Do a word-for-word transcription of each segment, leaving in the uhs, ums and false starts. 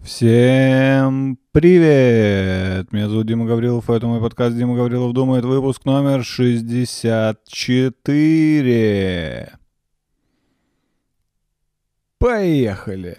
Всем привет! Меня зовут Дима Гаврилов, это мой подкаст «Дима Гаврилов думает», выпуск номер шестьдесят четыре. Поехали!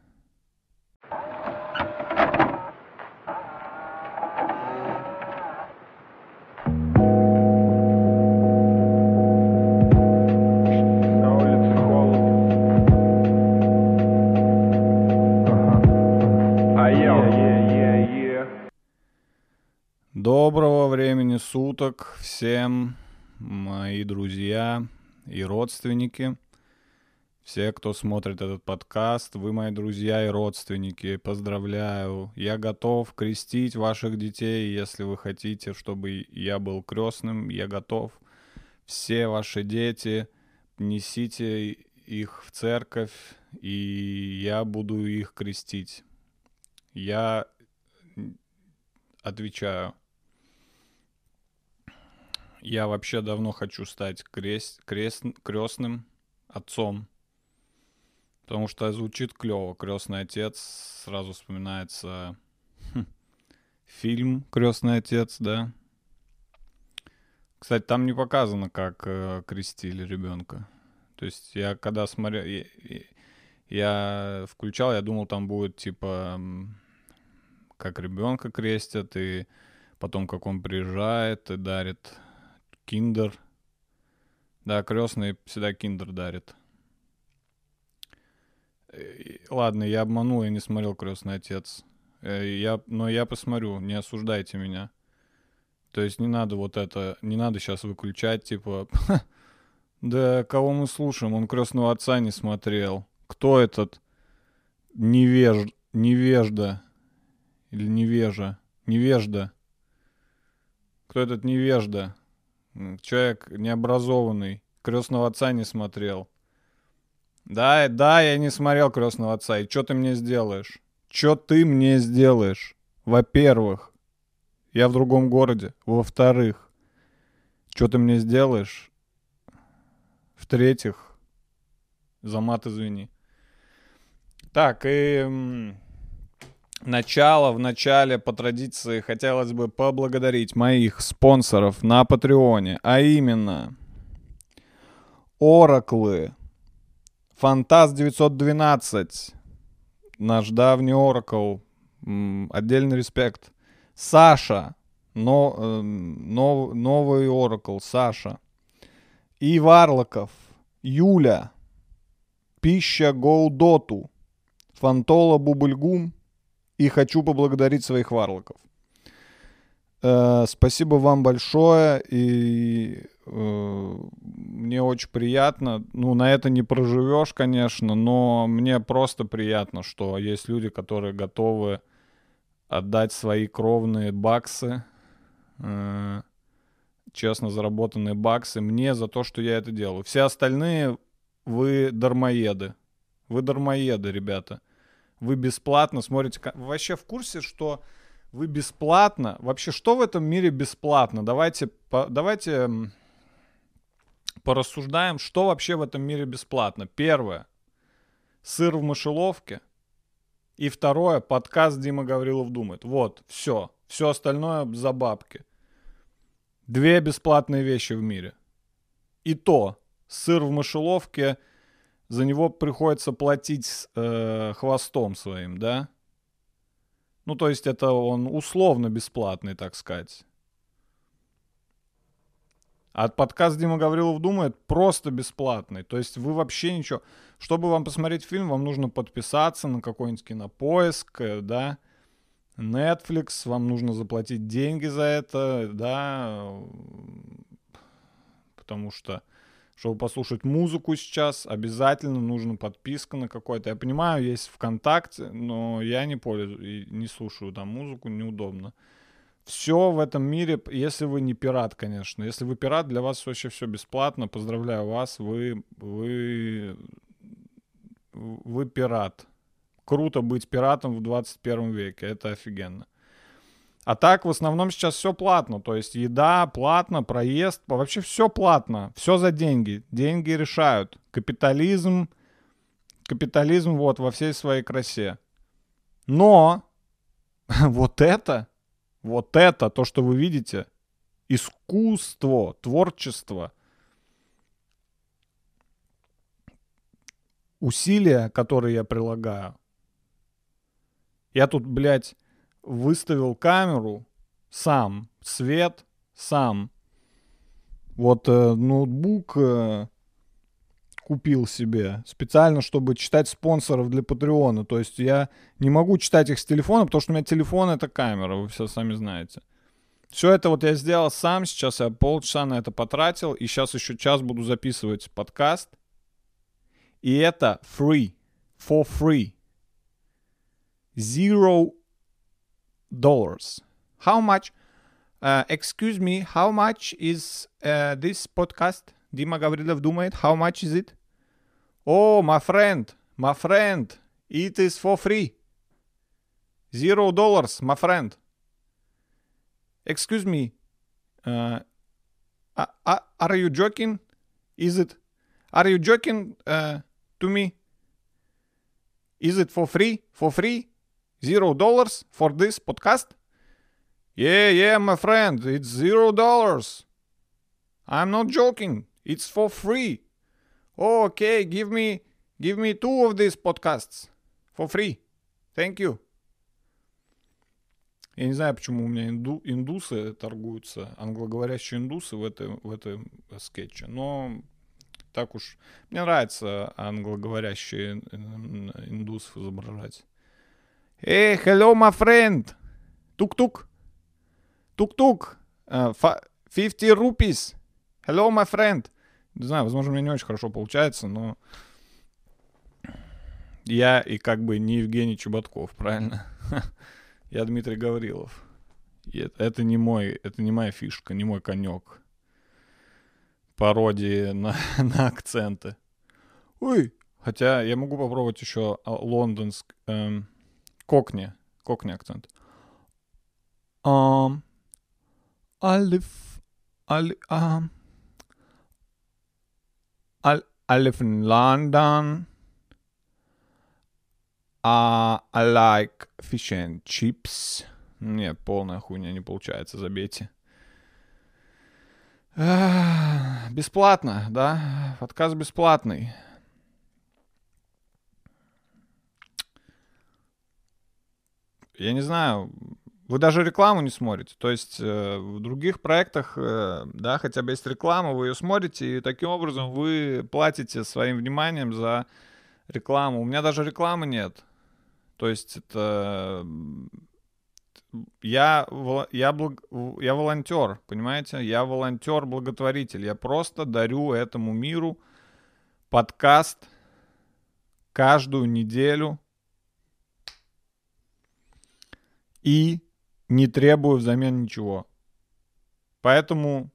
Доброго времени суток всем, мои друзья и родственники. Все, кто смотрит этот подкаст, вы мои друзья и родственники. Поздравляю. Я готов крестить ваших детей, если вы хотите, чтобы я был крестным. Я готов. Все ваши дети, несите их в церковь, и я буду их крестить. Я отвечаю. Я вообще давно хочу стать крест, крест, крестным отцом, потому что звучит клево. Крестный отец, сразу вспоминается хм, фильм «Крестный отец», да. Кстати, там не показано, как э, крестили ребенка. То есть я когда смотрел, я, я включал, я думал, там будет типа как ребенка крестят, и потом как он приезжает и дарит киндер. Да, крестный всегда киндер дарит. Ладно, я обманул, я не смотрел «Крестный отец». Я, но я посмотрю, не осуждайте меня. То есть не надо вот это, не надо сейчас выключать, типа, да кого мы слушаем, он «Крестного отца» не смотрел. Кто этот невеж... невежда или невежа? Невежда. Кто этот невежда? Человек необразованный, «Крестного отца» не смотрел. Да, да, я не смотрел «Крестного отца». И что ты мне сделаешь? Что ты мне сделаешь? Во-первых, я в другом городе. Во-вторых, что ты мне сделаешь? В-третьих, за мат извини. Так, и м- начало, в начале, по традиции, хотелось бы поблагодарить моих спонсоров на Патреоне, а именно Ораклы, Фантаз девятьсот двенадцать, наш давний Оракл, отдельный респект. Саша, но, э, нов, новый Оракл, Саша. И Варлоков, Юля, Пища Гоудоту, Фантола Бубльгум. И хочу поблагодарить своих Варлоков. Э, спасибо вам большое, и э, мне очень приятно. Ну, на это не проживешь, конечно, но мне просто приятно, что есть люди, которые готовы отдать свои кровные баксы, э, честно заработанные баксы мне за то, что я это делаю. Все остальные, вы дармоеды. Вы дармоеды, ребята. Вы бесплатно смотрите... Вы вообще в курсе, что вы бесплатно... Вообще, что в этом мире бесплатно? Давайте, по, давайте порассуждаем, что вообще в этом мире бесплатно. Первое. Сыр в мышеловке. И второе. Подкаст «Дима Гаврилов думает». Вот, все. Все остальное за бабки. Две бесплатные вещи в мире. И то, сыр в мышеловке... За него приходится платить э, хвостом своим, да? Ну, то есть это он условно бесплатный, так сказать. А подкаст «Дима Гаврилов думает» просто бесплатный. То есть вы вообще ничего... Чтобы вам посмотреть фильм, вам нужно подписаться на какой-нибудь Кинопоиск, да? Netflix, вам нужно заплатить деньги за это, да? Потому что... Чтобы послушать музыку сейчас, обязательно нужна подписка на какой-то. Я понимаю, есть ВКонтакте, но я не пользуюсь, не слушаю там музыку, неудобно. Все в этом мире, если вы не пират, конечно. Если вы пират, для вас вообще все бесплатно. Поздравляю вас, вы, вы, вы пират. Круто быть пиратом в двадцать первом веке, это офигенно. А так в основном сейчас все платно. То есть еда платно, проезд, вообще все платно. Все за деньги. Деньги решают. Капитализм, капитализм вот во всей своей красе. Но вот это, вот это, то, что вы видите, искусство, творчество, усилия, которые я прилагаю. Я тут, блядь, выставил камеру сам, свет сам. Вот э, ноутбук э, купил себе специально, чтобы читать спонсоров для Патреона. То есть я не могу читать их с телефона, потому что у меня телефон — это камера, вы все сами знаете. Все это вот я сделал сам, сейчас я полчаса на это потратил, и сейчас еще час буду записывать подкаст. И это free, for free. Zero dollars. How much? Uh, excuse me, how much is uh, this podcast? Дима Гаврилов думает, how much is it? Oh, my friend, my friend, it is for free. Zero dollars, my friend. Excuse me, uh, uh, are you joking? Is it? Are you joking uh, to me? Is it for free? For free? Zero dollars for this podcast? Yeah, yeah, my friend, it's zero dollars. I'm not joking. It's for free. Oh, okay, give me, give me two of these podcasts for free. Thank you. Я не знаю, почему у меня инду, индусы торгуются, англоговорящие индусы в, этой, в этом скетче, но так уж мне нравится англоговорящие индусов изображать. Hey, hello, my friend. Тук-тук. Тук-тук. Uh, fifty rupees. Hello, my friend. Не знаю, возможно, у меня не очень хорошо получается, но я и как бы не Евгений Чеботков, правильно? Я Дмитрий Гаврилов. И это, это не мой, это не моя фишка, не мой конек. Пародии на, на акценты. Ой, хотя я могу попробовать еще лондонск, эм, кокни, кокни акцент. Um, I live, I, li, um, I, I live in London. Uh, I like fish and chips. Нет, полная хуйня, не получается, забейте. А, бесплатно, да? Подкаст бесплатный. Я не знаю, вы даже рекламу не смотрите. То есть э, в других проектах, э, да, хотя бы есть реклама, вы ее смотрите, и таким образом вы платите своим вниманием за рекламу. У меня даже рекламы нет. То есть это... Я, я, благ... я волонтер, понимаете? Я волонтер-благотворитель. Я просто дарю этому миру подкаст каждую неделю и не требую взамен ничего. Поэтому...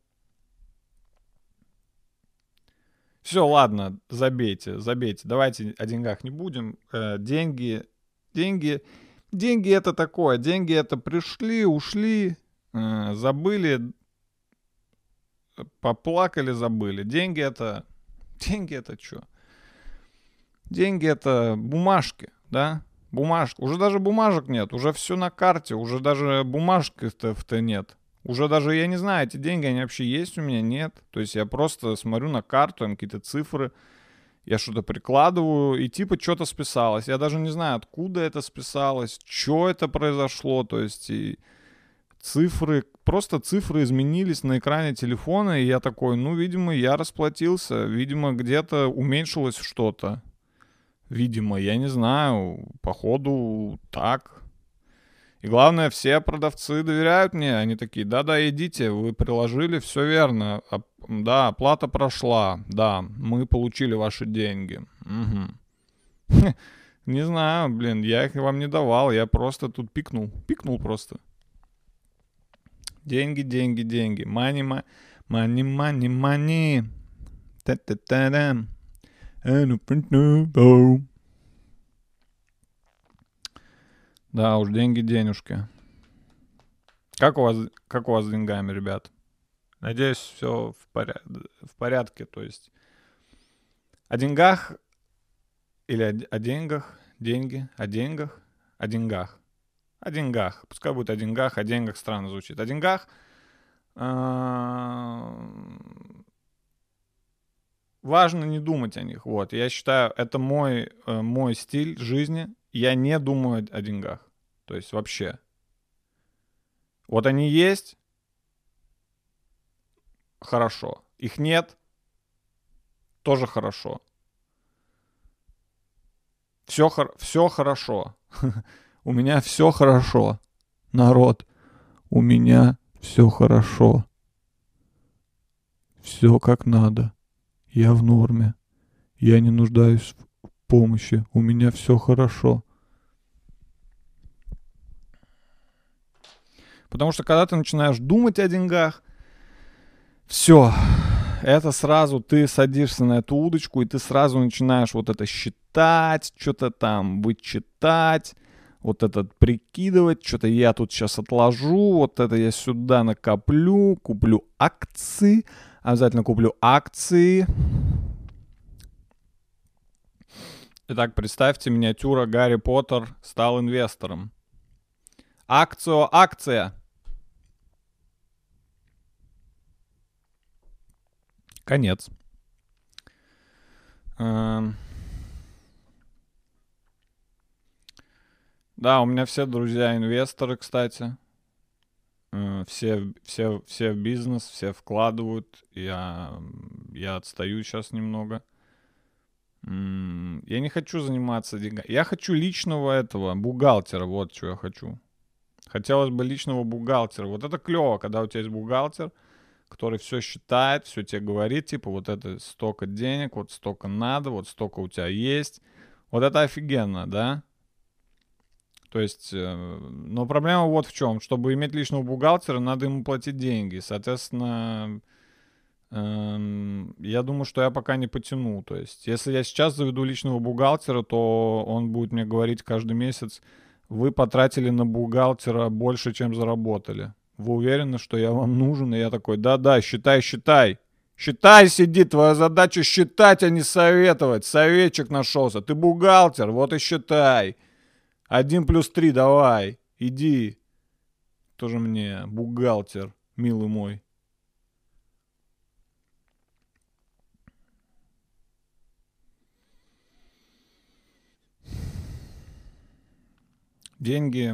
Все, ладно, забейте, забейте. Давайте о деньгах не будем. Э, деньги... Деньги, деньги это такое, деньги это пришли, ушли, э, забыли, поплакали, забыли. Деньги это, деньги это что? Деньги это бумажки, да? Бумажки. Уже даже бумажек нет, уже все на карте, уже даже бумажки-то нет. Уже даже, я не знаю, эти деньги, они вообще есть у меня, нет. То есть я просто смотрю на карту, там какие-то цифры, я что-то прикладываю, и типа что-то списалось. Я даже не знаю, откуда это списалось, что это произошло. То есть и цифры, просто цифры изменились на экране телефона, и я такой, ну, видимо, я расплатился. Видимо, где-то уменьшилось что-то. Видимо, я не знаю, походу так. И главное, все продавцы доверяют мне. Они такие, да-да, идите, вы приложили, все верно. А, да, оплата прошла. Да, мы получили ваши деньги. Угу. Не знаю, блин, я их вам не давал. Я просто тут пикнул. Пикнул просто. Деньги, деньги, деньги. Money, money, money, money, money. Та-та-та-дам. Да уж, деньги, денежки. Как у вас, как у вас с деньгами, ребят? Надеюсь, все в, поряд... в порядке. То есть о деньгах или о, о деньгах, деньги, о деньгах. О деньгах. О деньгах. Пускай будет о деньгах. О деньгах странно звучит. О деньгах. Важно не думать о них. Вот. Я считаю, это мой, мой стиль жизни. Я не думаю о деньгах. То есть вообще. Вот они есть. Хорошо. Их нет. Тоже хорошо. Все, все хорошо. У меня все хорошо. Народ, у меня все хорошо. Все как надо. Я в норме. Я не нуждаюсь в помощи. У меня все хорошо. Потому что когда ты начинаешь думать о деньгах, все, это сразу ты садишься на эту удочку, и ты сразу начинаешь вот это считать, что-то там вычитать, вот это прикидывать, что-то я тут сейчас отложу, вот это я сюда накоплю, куплю акции, обязательно куплю акции. Итак, представьте, миниатюра Гарри Поттер стал инвестором. Акцио, акция. Конец. Эм... Да, у меня все друзья инвесторы, кстати. Э, все, все, все в бизнес, все вкладывают. Я, я отстаю сейчас немного. М, Я не хочу заниматься деньгами. Я хочу личного этого бухгалтера. Вот что я хочу. Хотелось бы личного бухгалтера. Вот это клево, когда у тебя есть бухгалтер, который все считает, все тебе говорит, типа, вот это столько денег, вот столько надо, вот столько у тебя есть. Вот это офигенно, да? То есть, э, но проблема вот в чем. Чтобы иметь личного бухгалтера, надо ему платить деньги. Соответственно, эм, я думаю, что я пока не потяну. То есть, если я сейчас заведу личного бухгалтера, то он будет мне говорить каждый месяц: вы потратили на бухгалтера больше, чем заработали. Вы уверены, что я вам нужен? И я такой: да-да, считай, считай. Считай, сиди, твоя задача считать, а не советовать. Советчик нашелся. Ты бухгалтер, вот и считай. Один плюс три, давай, иди. Тоже мне бухгалтер, милый мой. Деньги.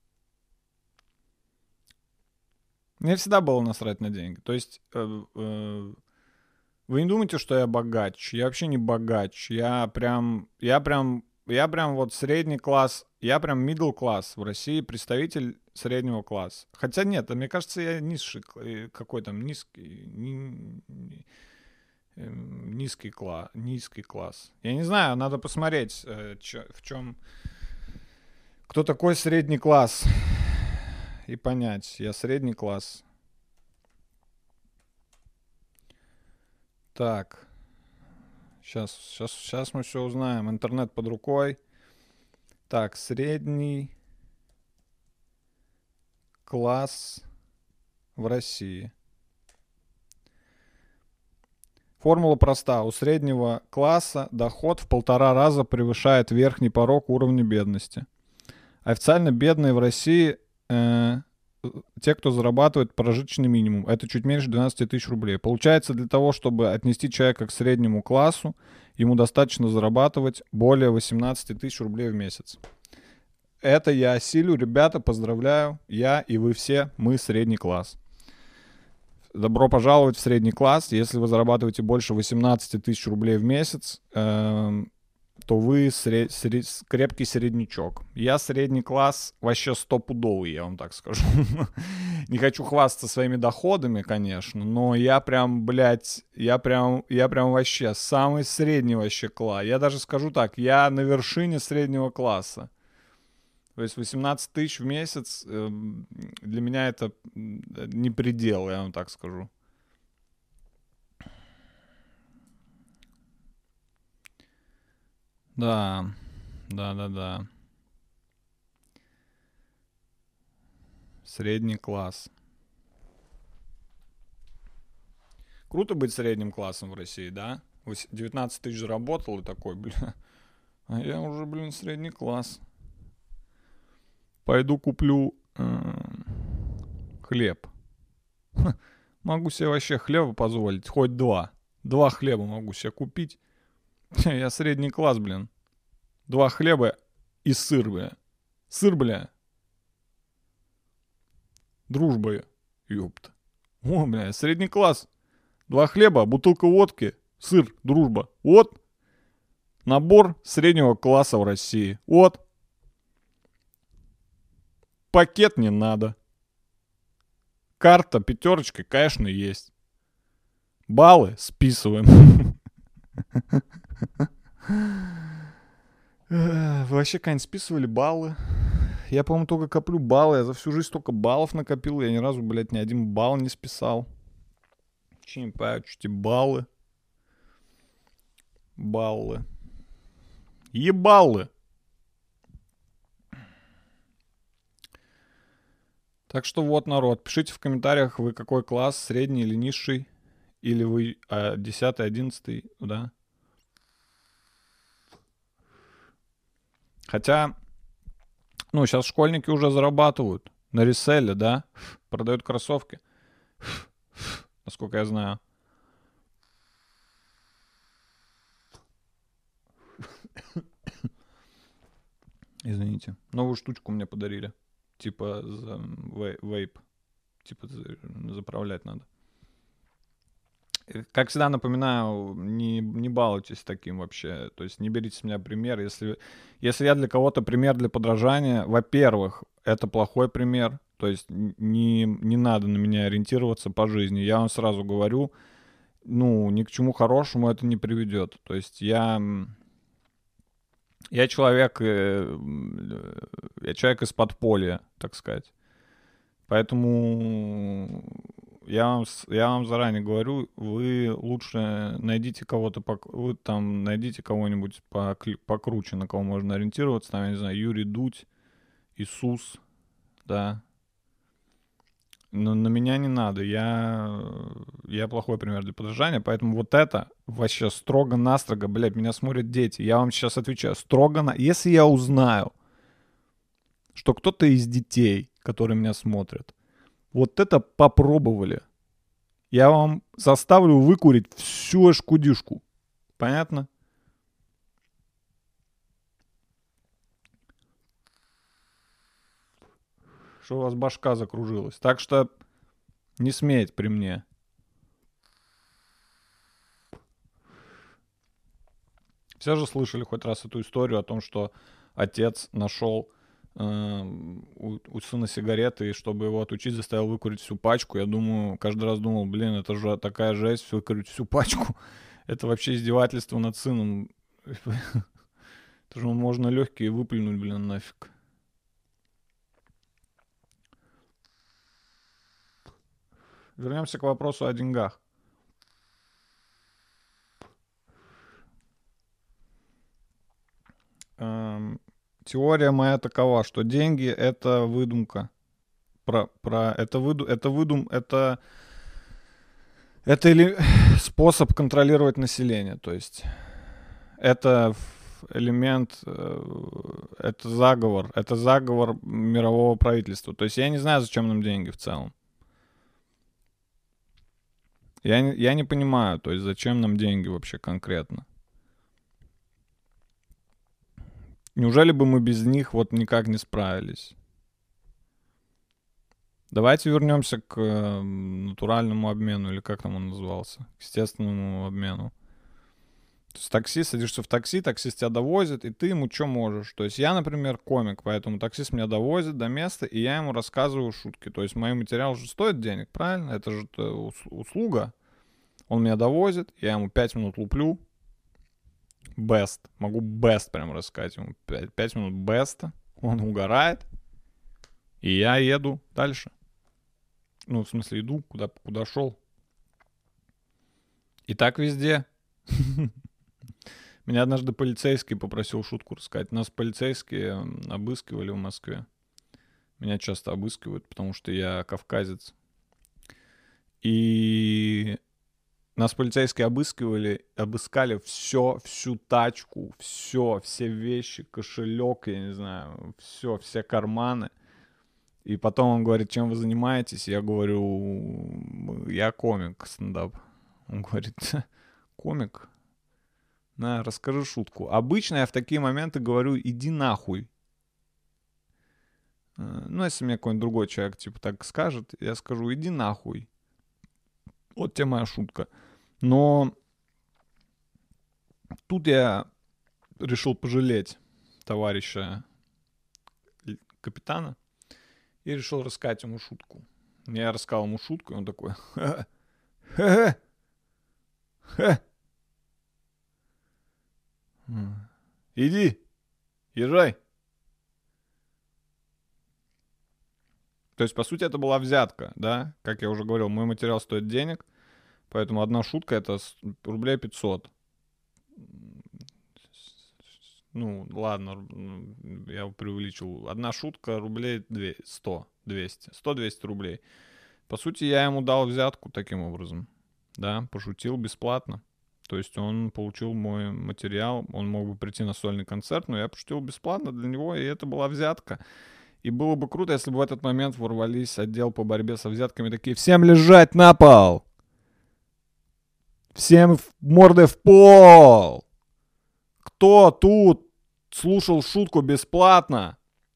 Мне всегда было насрать на деньги. То есть, э, э, вы не думайте, что я богач. Я вообще не богач. Я прям, я прям, я прям вот средний класс. Я прям middle класс в России, представитель среднего класса. Хотя нет, мне кажется, я низший, какой там низкий, ни, ни, э, низкий класс, низкий класс. Я не знаю, надо посмотреть, э, чё, в чем, кто такой средний класс, и понять. Я средний класс. Так, сейчас, сейчас, сейчас мы все узнаем. Интернет под рукой. Так, средний класс в России. Формула проста. У среднего класса доход в полтора раза превышает верхний порог уровня бедности. Официально бедные в России э, те, кто зарабатывает прожиточный минимум. Это чуть меньше двенадцать тысяч рублей. Получается, для того, чтобы отнести человека к среднему классу, ему достаточно зарабатывать более восемнадцать тысяч рублей в месяц. Это я осилю. Ребята, поздравляю. Я и вы все, мы средний класс. Добро пожаловать в средний класс. Если вы зарабатываете больше восемнадцать тысяч рублей в месяц, э, то вы сред... Сред... крепкий среднячок. Я средний класс вообще стопудовый, я вам так скажу. Не хочу хвастаться своими доходами, конечно, но я прям, блядь, я прям, я прям вообще самый средний вообще класс. Я даже скажу так, я на вершине среднего класса. То есть восемнадцать тысяч в месяц э, для меня это не предел, я вам так скажу. Да, да, да, да. Средний класс. Круто быть средним классом в России, да? девятнадцать тысяч заработал и такой, бля, а я уже, блин, средний класс. Пойду куплю э, хлеб. Ха, могу себе вообще хлеба позволить, хоть два. Два хлеба могу себе купить. Я средний класс, блин. Два хлеба и сыр, бля. Сыр, бля. Дружба, ёпта. О, бля, средний класс. Два хлеба, бутылка водки, сыр, дружба. Вот. Набор среднего класса в России. Вот. Пакет не надо. Карта пятерочка, конечно, есть. Баллы списываем. Вы вообще когда-нибудь списывали баллы? Я, по-моему, только коплю баллы. Я за всю жизнь столько баллов накопил. Я ни разу, блядь, ни один балл не списал. Вообще не понимаю, что эти баллы. Баллы. Ебаллы. Так что вот, народ, пишите в комментариях, вы какой класс, средний или низший. Или вы а, десятый, одиннадцатый, да. Хотя, ну, сейчас школьники уже зарабатывают на реселле, да. Продают кроссовки. Насколько я знаю. Извините. Новую штучку мне подарили. Типа за вейп. Типа заправлять надо. Как всегда напоминаю, не, не балуйтесь таким вообще. То есть не берите с меня пример. Если, если я для кого-то пример для подражания, во-первых, это плохой пример. То есть не, не надо на меня ориентироваться по жизни. Я вам сразу говорю, ну, ни к чему хорошему это не приведет. То есть я... Я человек, я человек из подполья, так сказать. Поэтому я вам, я вам заранее говорю, вы лучше найдите кого-то, вы там найдите кого-нибудь покруче, на кого можно ориентироваться. Там, я не знаю, Юрий Дудь, Иисус, да. Но на меня не надо, я, я плохой пример для подражания, поэтому вот это вообще строго-настрого, блядь, меня смотрят дети. Я вам сейчас отвечаю, строго на... Если я узнаю, что кто-то из детей, которые меня смотрят, вот это попробовали, я вам заставлю выкурить всю эшкудишку. Понятно? Что у вас башка закружилась. Так что не смейте при мне. Все же слышали хоть раз эту историю о том, что отец нашел э, у, у сына сигареты, и чтобы его отучить, заставил выкурить всю пачку. Я думаю, каждый раз думал, блин, это же такая жесть, выкурить всю пачку. Это вообще издевательство над сыном. Это же можно легкие выплюнуть, блин, нафиг. Вернемся к вопросу о деньгах. Эм, теория моя такова, что деньги — это выдумка. Про, про, это, выду, это выдум... Это, это или способ контролировать население. То есть это элемент... Это заговор. Это заговор мирового правительства. То есть я не знаю, зачем нам деньги в целом. Я не, я не понимаю, то есть зачем нам деньги вообще конкретно. Неужели бы мы без них вот никак не справились? Давайте вернемся к э, натуральному обмену, или как там он назывался, к естественному обмену. То есть такси, садишься в такси, таксист тебя довозит, и ты ему что можешь. То есть я, например, комик, поэтому таксист меня довозит до места, и я ему рассказываю шутки. То есть мой материал же стоит денег, правильно? Это же услуга. Он меня довозит, я ему пять минут луплю. Best. Могу best прям рассказать ему. пять минут беста. Он угорает. И я еду дальше. Ну, в смысле, иду, куда, куда шел. И так везде. Меня однажды полицейский попросил шутку рассказать. Нас полицейские обыскивали в Москве. Меня часто обыскивают, потому что я кавказец. И Нас полицейские обыскивали, обыскали все, всю тачку, все, все вещи, кошелек, я не знаю, все, все карманы. И потом он говорит, чем вы занимаетесь? Я говорю, я комик, стендап. Он говорит, комик? На, расскажи шутку. Обычно я в такие моменты говорю, иди нахуй. Ну, если мне какой-нибудь другой человек, типа, так скажет, я скажу, иди нахуй. Вот тебе моя шутка. Но тут я решил пожалеть товарища капитана и решил рассказать ему шутку. Я рассказал ему шутку, и он такой, ха-ха, ха, иди, езжай. То есть, по сути, это была взятка, да? Как я уже говорил, мой материал стоит денег, поэтому одна шутка — это рублей пятьсот. Ну, ладно, я преувеличил. Одна шутка рублей сто, двести. сто-двести рублей. По сути, я ему дал взятку таким образом. Да, пошутил бесплатно. То есть он получил мой материал, он мог бы прийти на сольный концерт, но я пошутил бесплатно для него, и это была взятка. И было бы круто, если бы в этот момент ворвались отдел по борьбе со взятками такие: всем лежать на пол! Всем в морды в пол! Кто тут слушал шутку бесплатно?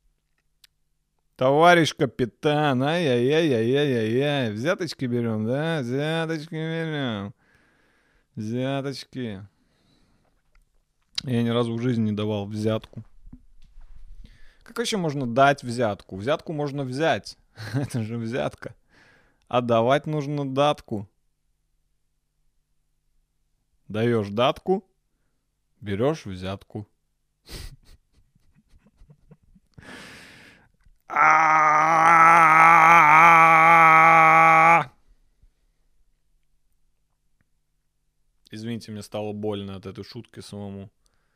Товарищ капитан, ай-яй-яй-яй-яй-яй. Взяточки берем, да? Взяточки берем. Взяточки. Я ни разу в жизни не давал взятку. Как вообще можно дать взятку? Взятку можно взять. Это же взятка. А давать нужно датку. Даешь датку, берешь взятку. Извините, мне стало больно от этой шутки самому.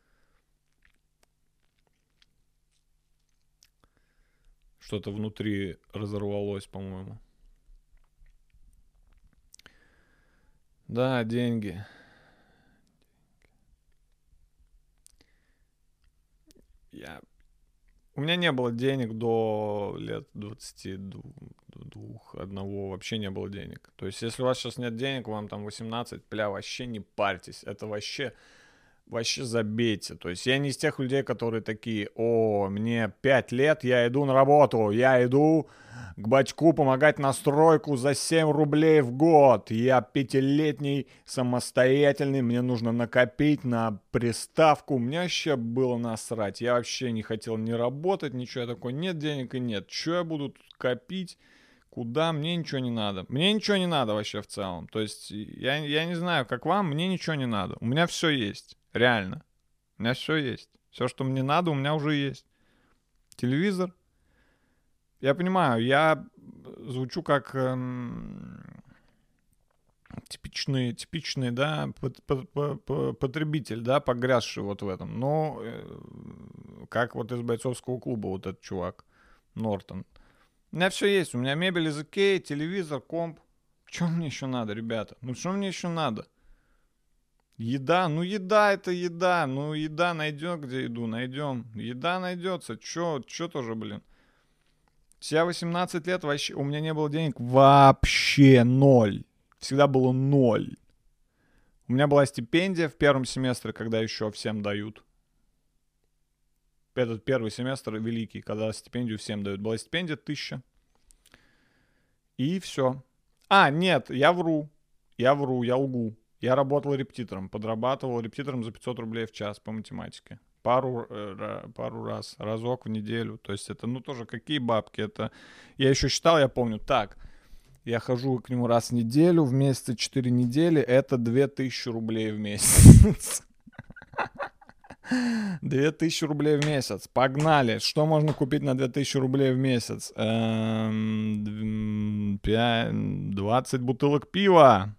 Что-то внутри разорвалось, по-моему. Да, деньги. Я... У меня не было денег до лет двадцати двух, одного, вообще не было денег. То есть, если у вас сейчас нет денег, вам там восемнадцать, бля, вообще не парьтесь. Это вообще, вообще забейте. То есть, я не из тех людей, которые такие: о, мне пять лет, я иду на работу, я иду к бачку помогать на стройку за семь рублей в год. Я пятилетний, самостоятельный, мне нужно накопить на приставку. Мне вообще было насрать. Я вообще не хотел ни работать, ничего. Я такой: нет денег и нет. Че я буду тут копить? Куда? Мне ничего не надо. Мне ничего не надо вообще в целом. То есть я, я не знаю, как вам, мне ничего не надо. У меня все есть. Реально. У меня все есть. Все, что мне надо, у меня уже есть. Телевизор. Я понимаю, я звучу как эм, типичный, типичный, да, потребитель, да, погрязший вот в этом. Но э, как вот из бойцовского клуба вот этот чувак, Нортон. У меня все есть, у меня мебель из Икеи, телевизор, комп. Что мне еще надо, ребята? Ну что мне еще надо? Еда, ну еда это еда, ну еда найдем, где еду, найдем. Еда найдется, чё, чё тоже, блин. Я восемнадцать лет, вообще, у меня не было денег вообще ноль. Всегда было ноль. У меня была стипендия в первом семестре, когда еще всем дают. Этот первый семестр великий, когда стипендию всем дают. Была стипендия тысяча. И все. А, нет, я вру. Я вру, я лгу. Я работал репетитором, подрабатывал репетитором за пятьсот рублей в час по математике. Пару, э, пару раз, разок в неделю. То есть это, ну, тоже какие бабки? Это я еще считал, я помню, так, я хожу к нему раз в неделю, в месяце четыре недели, это две тысячи рублей в месяц. две тысячи рублей в месяц. Погнали. Что можно купить на две тысячи рублей в месяц? двадцать бутылок пива.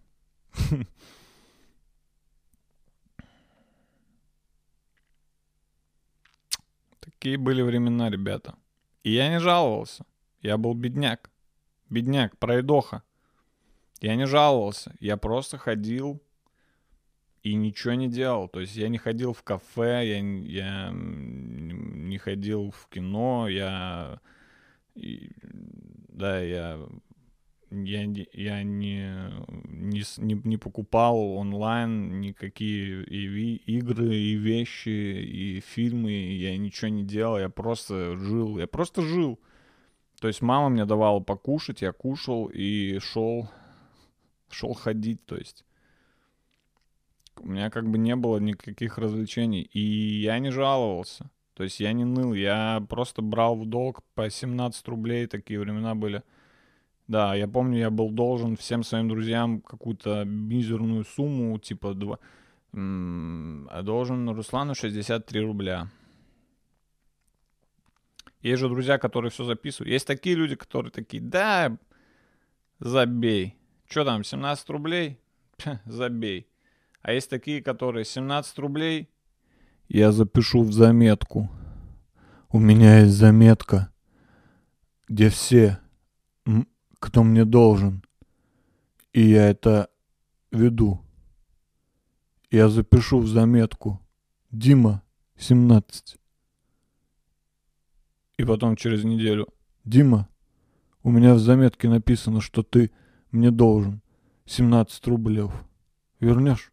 Такие были времена, ребята. И я не жаловался. Я был бедняк. Бедняк, пройдоха. Я не жаловался, я просто ходил и ничего не делал. То есть я не ходил в кафе, я, я не ходил в кино, я... И, да, я... Я, я не, не, не, не покупал онлайн никакие и ви, игры, и вещи, и фильмы. Я ничего не делал, я просто жил. Я просто жил. То есть мама мне давала покушать, я кушал и шел, шел ходить. То есть у меня как бы не было никаких развлечений. И я не жаловался. То есть я не ныл, я просто брал в долг по семнадцать рублей, такие времена были. Да, я помню, я был должен всем своим друзьям какую-то мизерную сумму, типа, два, м- а должен Руслану шестьдесят три рубля. Есть же друзья, которые все записывают. Есть такие люди, которые такие, да, забей. Что там, семнадцать рублей? Пх, забей. А есть такие, которые семнадцать рублей, я запишу в заметку. У меня есть заметка, где все, кто мне должен. И я это веду. Я запишу в заметку. Дима, семнадцать. И потом через неделю. Дима, у меня в заметке написано, что ты мне должен семнадцать рублев. Вернешь?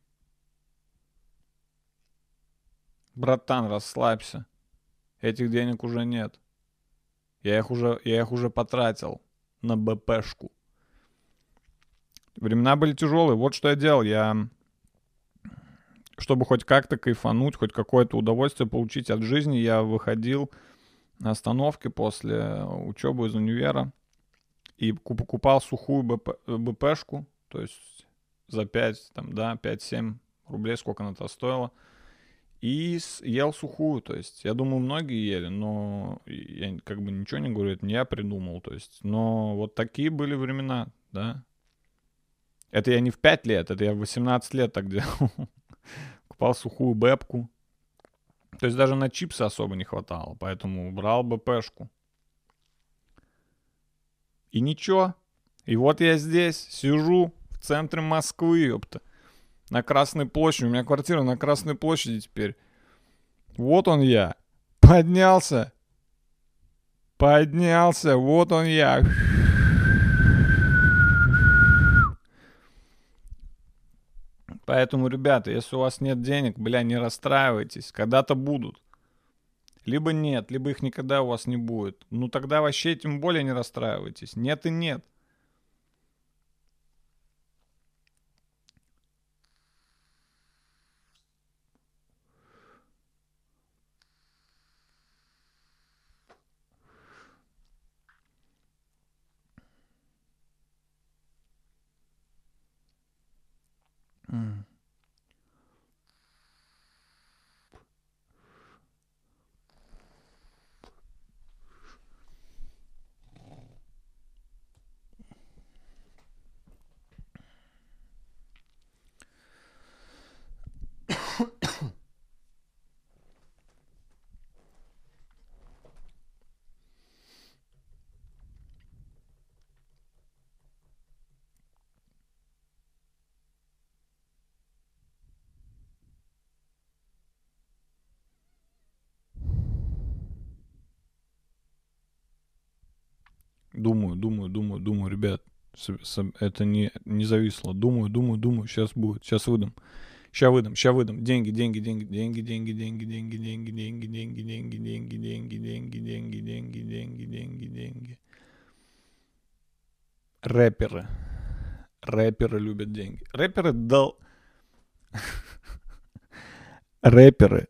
Братан, расслабься. Этих денег уже нет. Я их уже, я их уже потратил на БПшку. Времена были тяжелые. Вот что я делал. Я, чтобы хоть как-то кайфануть, хоть какое-то удовольствие получить от жизни, я выходил на остановке после учебы из универа и покупал сухую БП, БПшку, то есть за пять, там, да, пять-семь рублей, сколько она-то стоила, и ел сухую, то есть я думаю, многие ели, но я как бы ничего не говорю, это не я придумал, то есть, но вот такие были времена, да. Это я не в пять лет, это я в восемнадцать лет так делал. Купал сухую бэпку. То есть даже на чипсы особо не хватало, поэтому брал БПшку. И ничего. И вот я здесь сижу в центре Москвы, ёпта. На Красной площади. У меня квартира на Красной площади теперь. Вот он я. Поднялся. Поднялся. Вот он я. Поэтому, ребята, если у вас нет денег, бля, не расстраивайтесь. Когда-то будут. Либо нет, либо их никогда у вас не будет. Ну тогда вообще тем более не расстраивайтесь. Нет и нет. Mm. Думаю, думаю, думаю, думаю, ребят. Это не, не зависло. Думаю, думаю, думаю. Сейчас будет. Сейчас выдам. Сейчас выдам, сейчас выдам. Деньги, деньги, деньги, деньги, деньги, деньги, деньги, деньги, деньги, деньги, деньги, деньги, деньги, деньги, деньги, деньги, деньги, деньги, деньги. Рэперы. Рэперы любят деньги. Рэперы дал... Рэперы.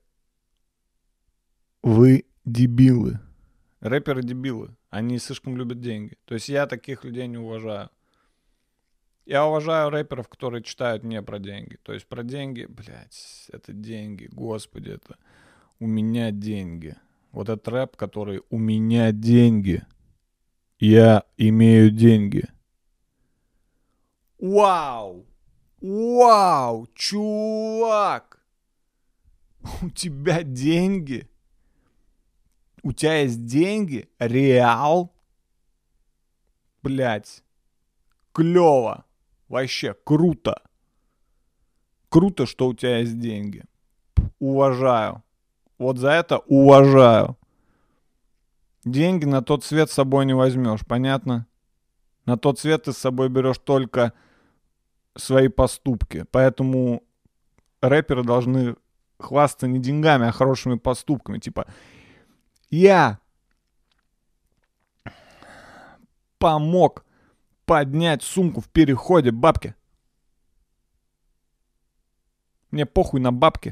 Вы дебилы. Рэперы дебилы. Они слишком любят деньги. То есть я таких людей не уважаю. Я уважаю рэперов, которые читают не про деньги. То есть про деньги, блядь, это деньги, господи, это у меня деньги. Вот этот рэп, который у меня деньги. Я имею деньги. Вау! Вау, чувак! У тебя деньги? У тебя есть деньги? Реал? Блядь. Клево. Вообще круто. Круто, что у тебя есть деньги. Уважаю. Вот за это уважаю. Деньги на тот свет с собой не возьмешь, понятно? На тот свет ты с собой берешь только свои поступки. Поэтому рэперы должны хвастаться не деньгами, а хорошими поступками. Типа, я помог поднять сумку в переходе бабки. Мне похуй на бабки.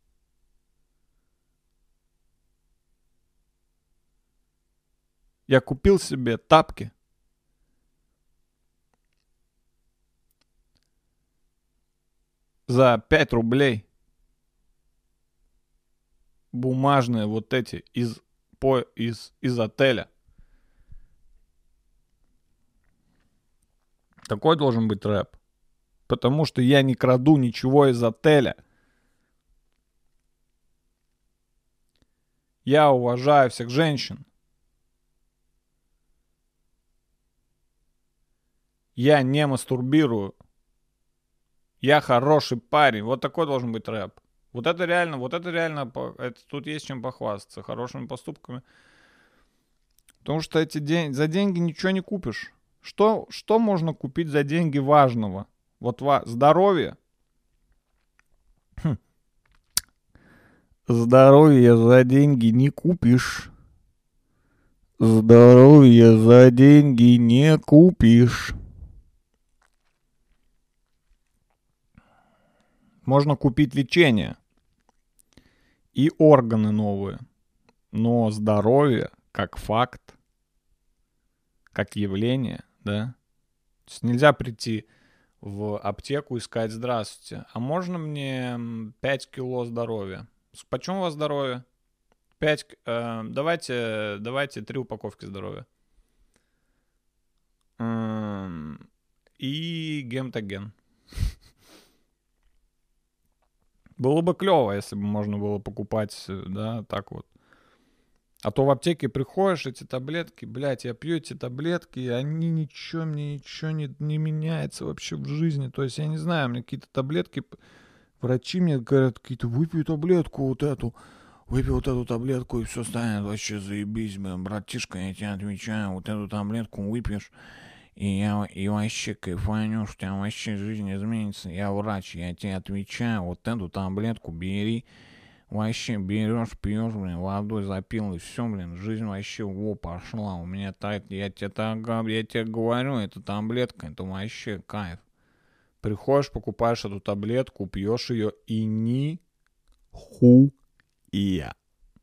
Я купил себе тапки. За пять рублей. Бумажные вот эти из, по, из, из отеля. Такой должен быть рэп. Потому что я не краду ничего из отеля. Я уважаю всех женщин. Я не мастурбирую. Я хороший парень. Вот такой должен быть рэп. Вот это реально, вот это реально, это, тут есть чем похвастаться. Хорошими поступками. Потому что эти день, за деньги ничего не купишь. Что, что можно купить за деньги важного? Вот ва, здоровье. Хм. Здоровье за деньги не купишь. Здоровье за деньги не купишь. Можно купить лечение и органы новые. Но здоровье как факт, как явление, да. То есть нельзя прийти в аптеку и сказать: здравствуйте, а можно мне пять кило здоровья? Почем у вас здоровье? пять, э, давайте, давайте три упаковки здоровья. Эм, и гемтоген. Было бы клево, если бы можно было покупать, да, так вот. А то в аптеке приходишь, эти таблетки, блядь, я пью эти таблетки, и они ничего, мне ничего не, не меняется вообще в жизни. То есть я не знаю, мне какие-то таблетки, врачи мне говорят, какие-то, выпей таблетку вот эту, выпей вот эту таблетку, и все станет вообще заебись, братишка, я тебе отвечаю, вот эту таблетку выпьешь, и, я, и вообще кайфанешь, у тебя вообще жизнь изменится. Я врач, я тебе отвечаю, вот эту таблетку бери. Вообще берешь, пьешь, блин, водой запил, и все, блин, жизнь вообще, во, пошла. У меня так, я тебе так, я тебе говорю, эта таблетка, это вообще кайф. Приходишь, покупаешь эту таблетку, пьешь ее, и ни хуя.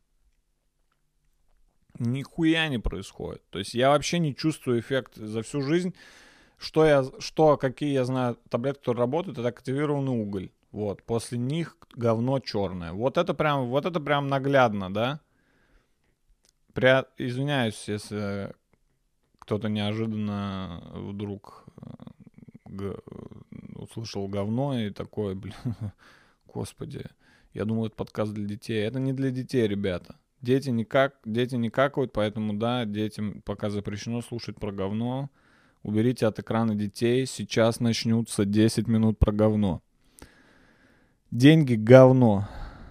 Нихуя не происходит. То есть я вообще не чувствую эффект за всю жизнь. Что я, что, какие я знаю таблетки, которые работают, это активированный уголь. Вот, после них говно черное. Вот это прям, вот это прям наглядно, да? При... Извиняюсь, если кто-то неожиданно вдруг г... услышал говно и такое, блин, господи, я думал, это подкаст для детей. Это не для детей, ребята. Дети никак, дети не какают, поэтому, да, детям пока запрещено слушать про говно. Уберите от экрана детей, сейчас начнутся десять минут про говно. Деньги — говно.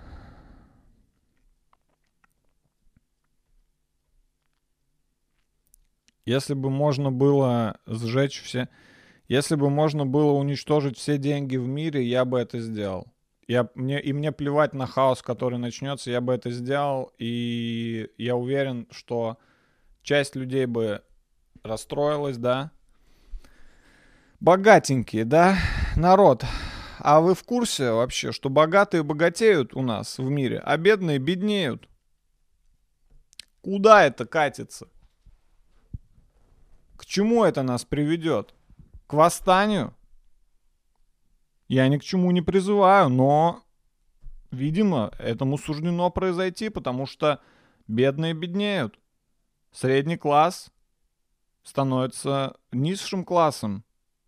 Если бы можно было сжечь все... Если бы можно было уничтожить все деньги в мире, я бы это сделал. Я, мне, и мне плевать на хаос, который начнется, я бы это сделал. И я уверен, что часть людей бы расстроилась, да. Богатенькие, да, народ. А вы в курсе вообще, что богатые богатеют у нас в мире, а бедные беднеют? Куда это катится? К чему это нас приведет? К восстанию? Я ни к чему не призываю, но, видимо, этому суждено произойти, потому что бедные беднеют. Средний класс становится низшим классом.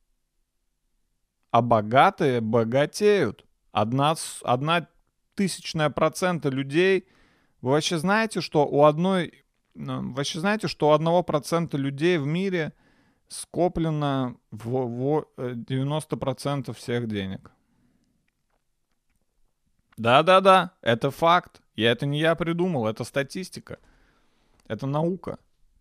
А богатые богатеют. Одна, одна тысячная процента людей... Вы вообще знаете, что у одной... Вообще знаете, что у одного процента людей в мире скоплено в, в девяносто процентов всех денег. Да-да-да, это факт. И это не я придумал, это статистика. Это наука.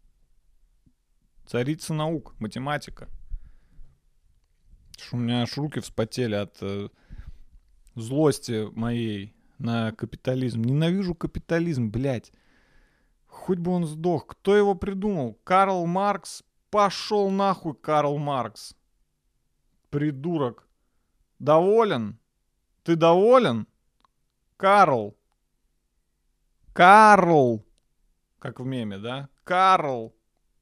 Царица наук, математика. Что у меня аж руки вспотели от э, злости моей на капитализм. Ненавижу капитализм, блядь. Хоть бы он сдох. Кто его придумал? Карл Маркс? Пошел нахуй, Карл Маркс. Придурок. Доволен? Ты доволен? Карл. Карл. Как в меме, да? Карл.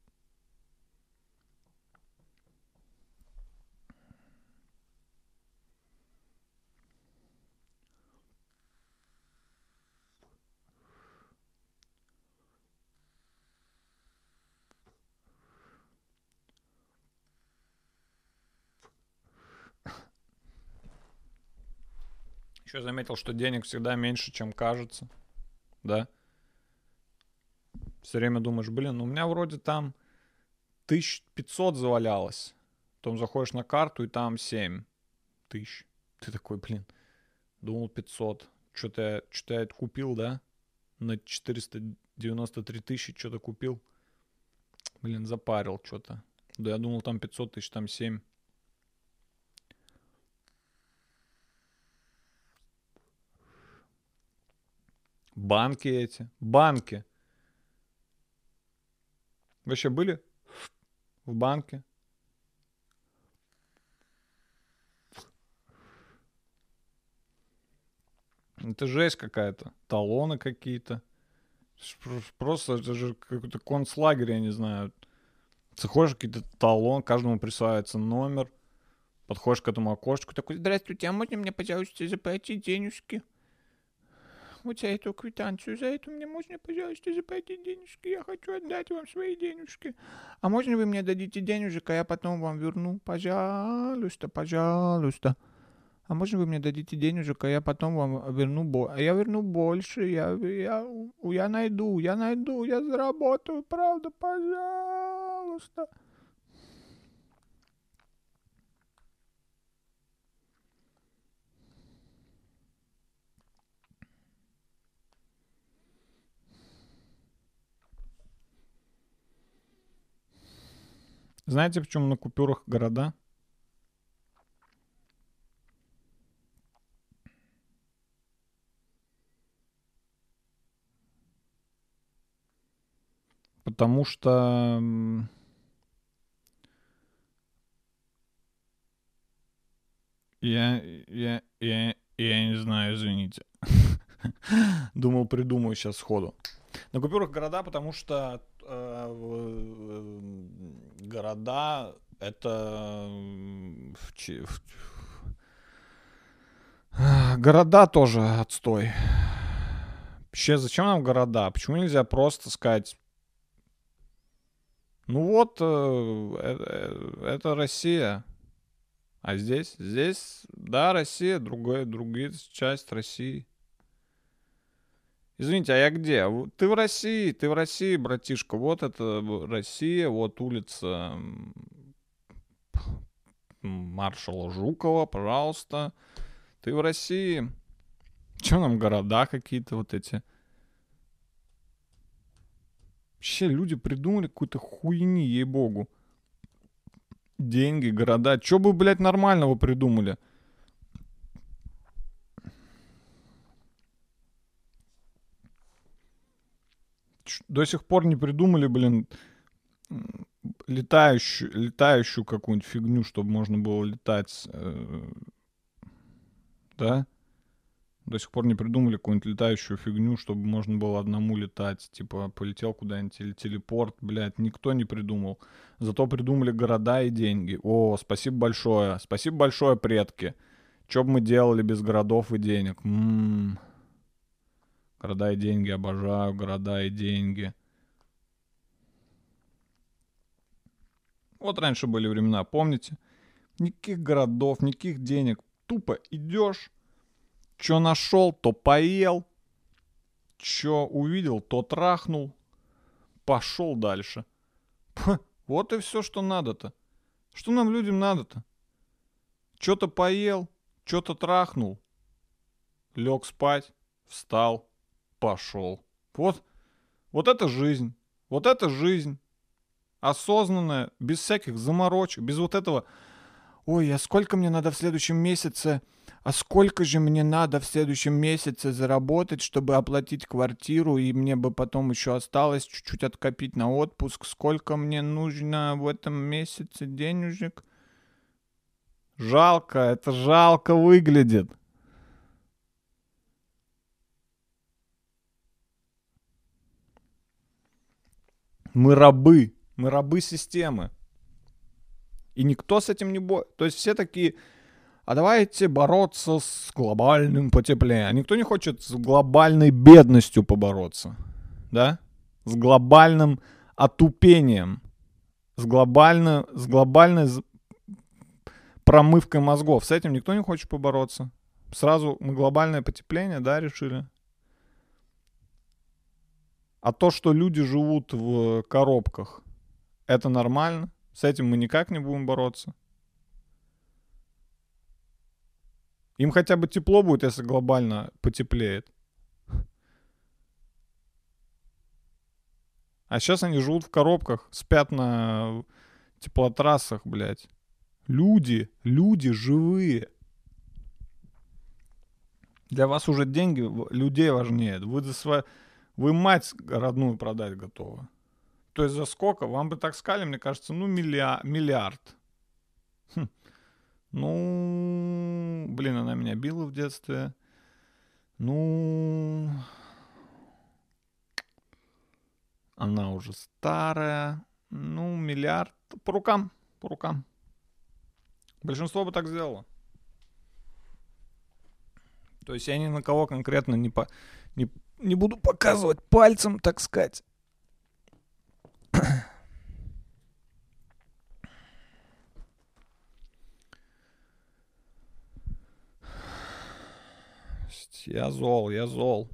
Еще заметил, что денег всегда меньше, чем кажется. Да? Все время думаешь, блин, ну у меня вроде там тысяча пятьсот завалялось. Потом заходишь на карту, и там семь тысяч. Ты такой, блин, думал пятьсот. Что-то я, что-то я это купил, да? На четыреста девяносто три тысячи что-то купил. Блин, запарил что-то. Да я думал, там пятьсот тысяч, там семь. Банки эти. Банки. Вообще были в банке? Это жесть какая-то. Талоны какие-то. Просто это же какой-то концлагерь, я не знаю. Заходишь, какие-то талон, каждому присваивается номер. Подходишь к этому окошечку, такой, здравствуйте, а можно мне, пожалуйста, заплатить денежки? Вот за эту квитанцию, за эту мне можно, пожалуйста, заплатить денежки? Я хочу отдать вам свои денежки. А можно вы мне дадите денежек, а я потом вам верну? Пожалуйста, пожалуйста. А можно вы мне дадите денежек, а я потом вам верну больше? А я верну больше, я, я, я найду, я найду, я заработаю, правда, пожалуйста. Знаете, почему на купюрах города? Потому что я, я, я, я не знаю, извините. Думал, придумаю сейчас сходу. На купюрах города, потому что э, города это в, в, города тоже отстой. Вообще, зачем нам города? Почему нельзя просто сказать, ну вот, э, э, это Россия. А здесь, здесь, да, Россия, другая, другая часть России. Извините, а я где? Ты в России, ты в России, братишка. Вот это Россия, вот улица маршала Жукова, пожалуйста. Ты в России. Че нам города какие-то вот эти? Вообще люди придумали какую-то хуйни, ей-богу. Деньги, города. Че бы, блядь, нормального придумали? До сих пор не придумали, блин, летающую, летающую какую-нибудь фигню, чтобы можно было летать. Э, да? До сих пор не придумали какую-нибудь летающую фигню, чтобы можно было одному летать. Типа, полетел куда-нибудь или телепорт, блядь. Никто не придумал. Зато придумали города и деньги. О, спасибо большое. Спасибо большое, предки. Что бы мы делали без городов и денег? М-м-м. Города и деньги, обожаю города и деньги. Вот раньше были времена, помните? Никаких городов, никаких денег. Тупо идешь, что нашел, то поел, что увидел, то трахнул, пошел дальше. Пх, вот и все, что надо-то. Что нам людям надо-то? Что-то поел, что-то трахнул, лег спать, встал, пошел. Вот, вот это жизнь. Вот это жизнь. Осознанная, без всяких заморочек, без вот этого. Ой, а сколько мне надо в следующем месяце? А сколько же мне надо в следующем месяце заработать, чтобы оплатить квартиру, и мне бы потом еще осталось чуть-чуть откопить на отпуск? Сколько мне нужно в этом месяце денежек? Жалко, это жалко выглядит. Мы рабы, мы рабы системы. И никто с этим не борется. То есть все такие, а давайте бороться с глобальным потеплением. А никто не хочет с глобальной бедностью побороться. Да? С глобальным отупением. С, глобально, с глобальной промывкой мозгов. С этим никто не хочет побороться. Сразу мы глобальное потепление, да, решили. А то, что люди живут в коробках, это нормально. С этим мы никак не будем бороться. Им хотя бы тепло будет, если глобально потеплеет. А сейчас они живут в коробках, спят на теплотрассах, блядь. Люди, люди живые. Для вас уже деньги, людей важнее. Вы, за сво... Вы мать родную продать готовы. То есть за сколько? Вам бы так сказали, мне кажется, ну миллиард. миллиард. Хм. Ну, блин, она меня била в детстве. Ну, она уже старая. Ну, миллиард. По рукам, по рукам. Большинство бы так сделало. То есть я ни на кого конкретно не, по, не, не буду показывать пальцем, так сказать. Я зол, я зол.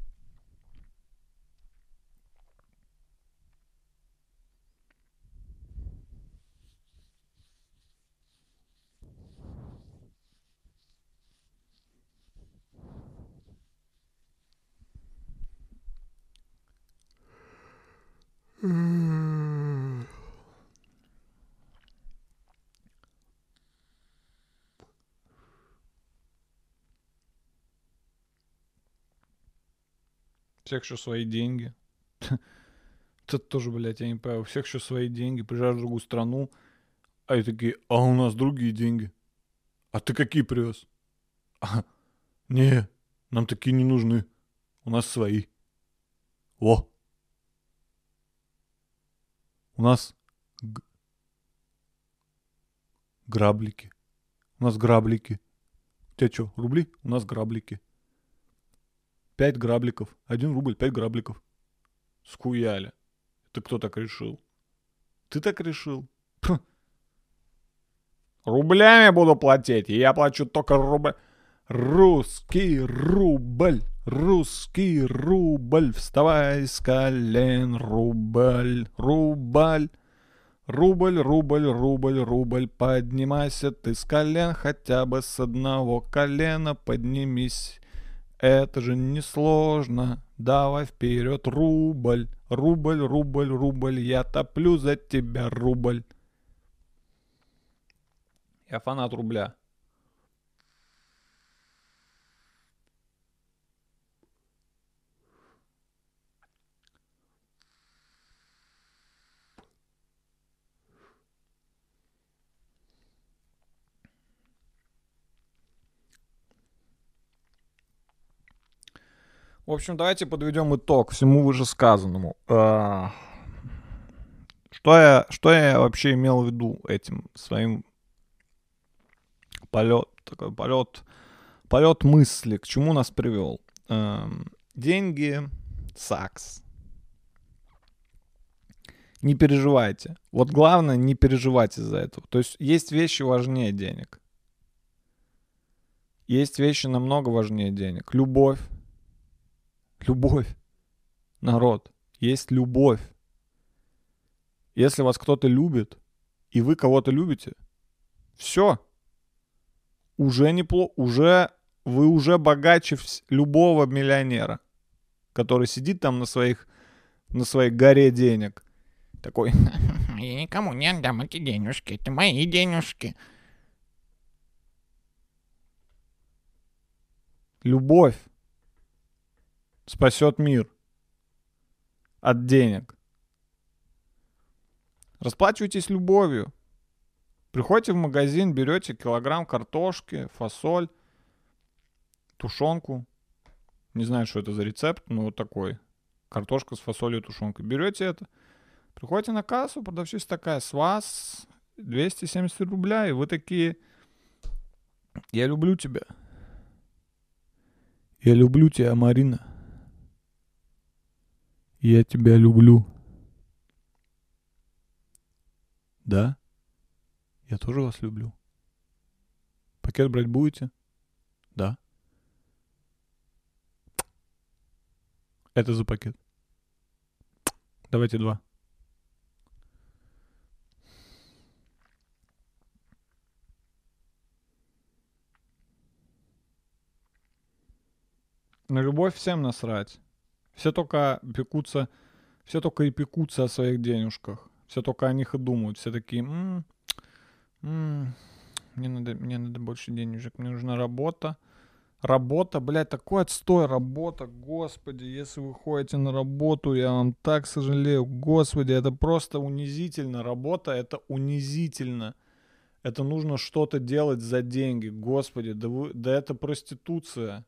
Всех еще свои деньги. Тут тоже, блядь, я не понимаю. У всех еще свои деньги. Приезжаешь в другую страну, а и такие, а у нас другие деньги. А ты какие привез? А, не, нам такие не нужны. У нас свои. О! У нас г- граблики. У нас граблики. У тебя что, рубли? У нас граблики. Пять грабликов. Один рубль, пять грабликов. Скуяли. Ты кто так решил? Ты так решил? Пх. Рублями буду платить. И я плачу только рубль. Русский рубль. Русский рубль. Вставай с колен. Рубль. Рубль. Рубль, рубль, рубль, рубль. Поднимайся ты с колен. Хотя бы с одного колена поднимись. Это же несложно. Давай вперед, рубль. Рубль, рубль, рубль. Я топлю за тебя, рубль. Я фанат рубля. В общем, давайте подведем итог всему вышесказанному. А, Что я, что я вообще имел в виду этим своим полет, такой полет, полет мысли, к чему нас привел? Эм, деньги, сакс. Не переживайте. Вот главное, не переживайте из-за этого. То есть есть вещи важнее денег. Есть вещи намного важнее денег. Любовь. Любовь. Народ. Есть любовь. Если вас кто-то любит, и вы кого-то любите, все, уже неплохо, уже вы уже богаче вс- любого миллионера, который сидит там на своих, на своей горе денег. Такой, Я никому не отдам эти денежки, это мои денежки. любовь спасет мир от денег. Расплачивайтесь любовью. Приходите в магазин, берете килограмм картошки, фасоль, тушенку. Не знаю, что это за рецепт, но вот такой. Картошка с фасолью и тушенкой. Берете это, приходите на кассу, продавщица такая, с вас двести семьдесят рубля, и вы такие, я люблю тебя. Я люблю тебя, Марина. Я тебя люблю. Да? Я тоже вас люблю. Пакет брать будете? Да. Это за пакет. Давайте два. На любовь всем насрать. Все только пекутся, все только и пекутся о своих денежках. Все только о них и думают. Все такие, м-м, м-м, мне надо, мне надо больше денежек, мне нужна работа. Работа, блядь, такой отстой, работа, господи, если вы ходите на работу, я вам так сожалею, господи, это просто унизительно, работа это унизительно, это нужно что-то делать за деньги, господи, да, вы, да это проституция.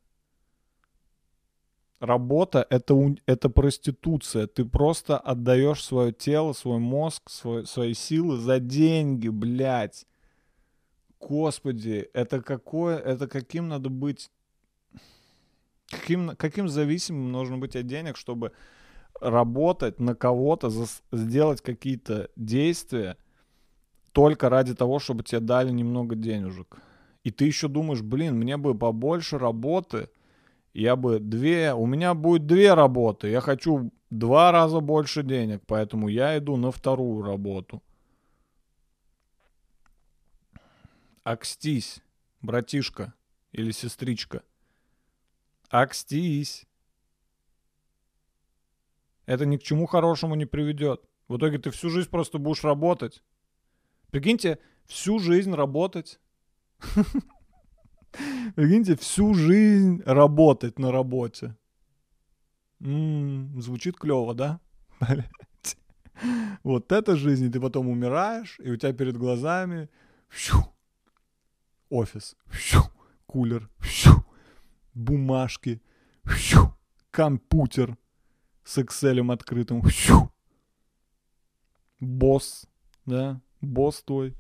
Работа это, это проституция. Ты просто отдаешь свое тело, свой мозг, свой, свои силы за деньги, блядь. Господи, это какое, это каким надо быть, каким, каким зависимым нужно быть от денег, чтобы работать на кого-то, за, сделать какие-то действия только ради того, чтобы тебе дали немного денежек. И ты еще думаешь, блин, мне бы побольше работы, я бы две, у меня будет две работы, я хочу два раза больше денег, поэтому я иду на вторую работу. Акстись, братишка или сестричка. Акстись. Это ни к чему хорошему не приведет. В итоге ты всю жизнь просто будешь работать. Прикиньте, всю жизнь работать. Прикиньте, всю жизнь работать на работе. М-м, звучит клево, да? Вот это жизнь, и ты потом умираешь, и у тебя перед глазами фью, офис, фью, кулер, фью, бумажки, фью, компьютер с Excel открытым, фью, босс, да, босс твой.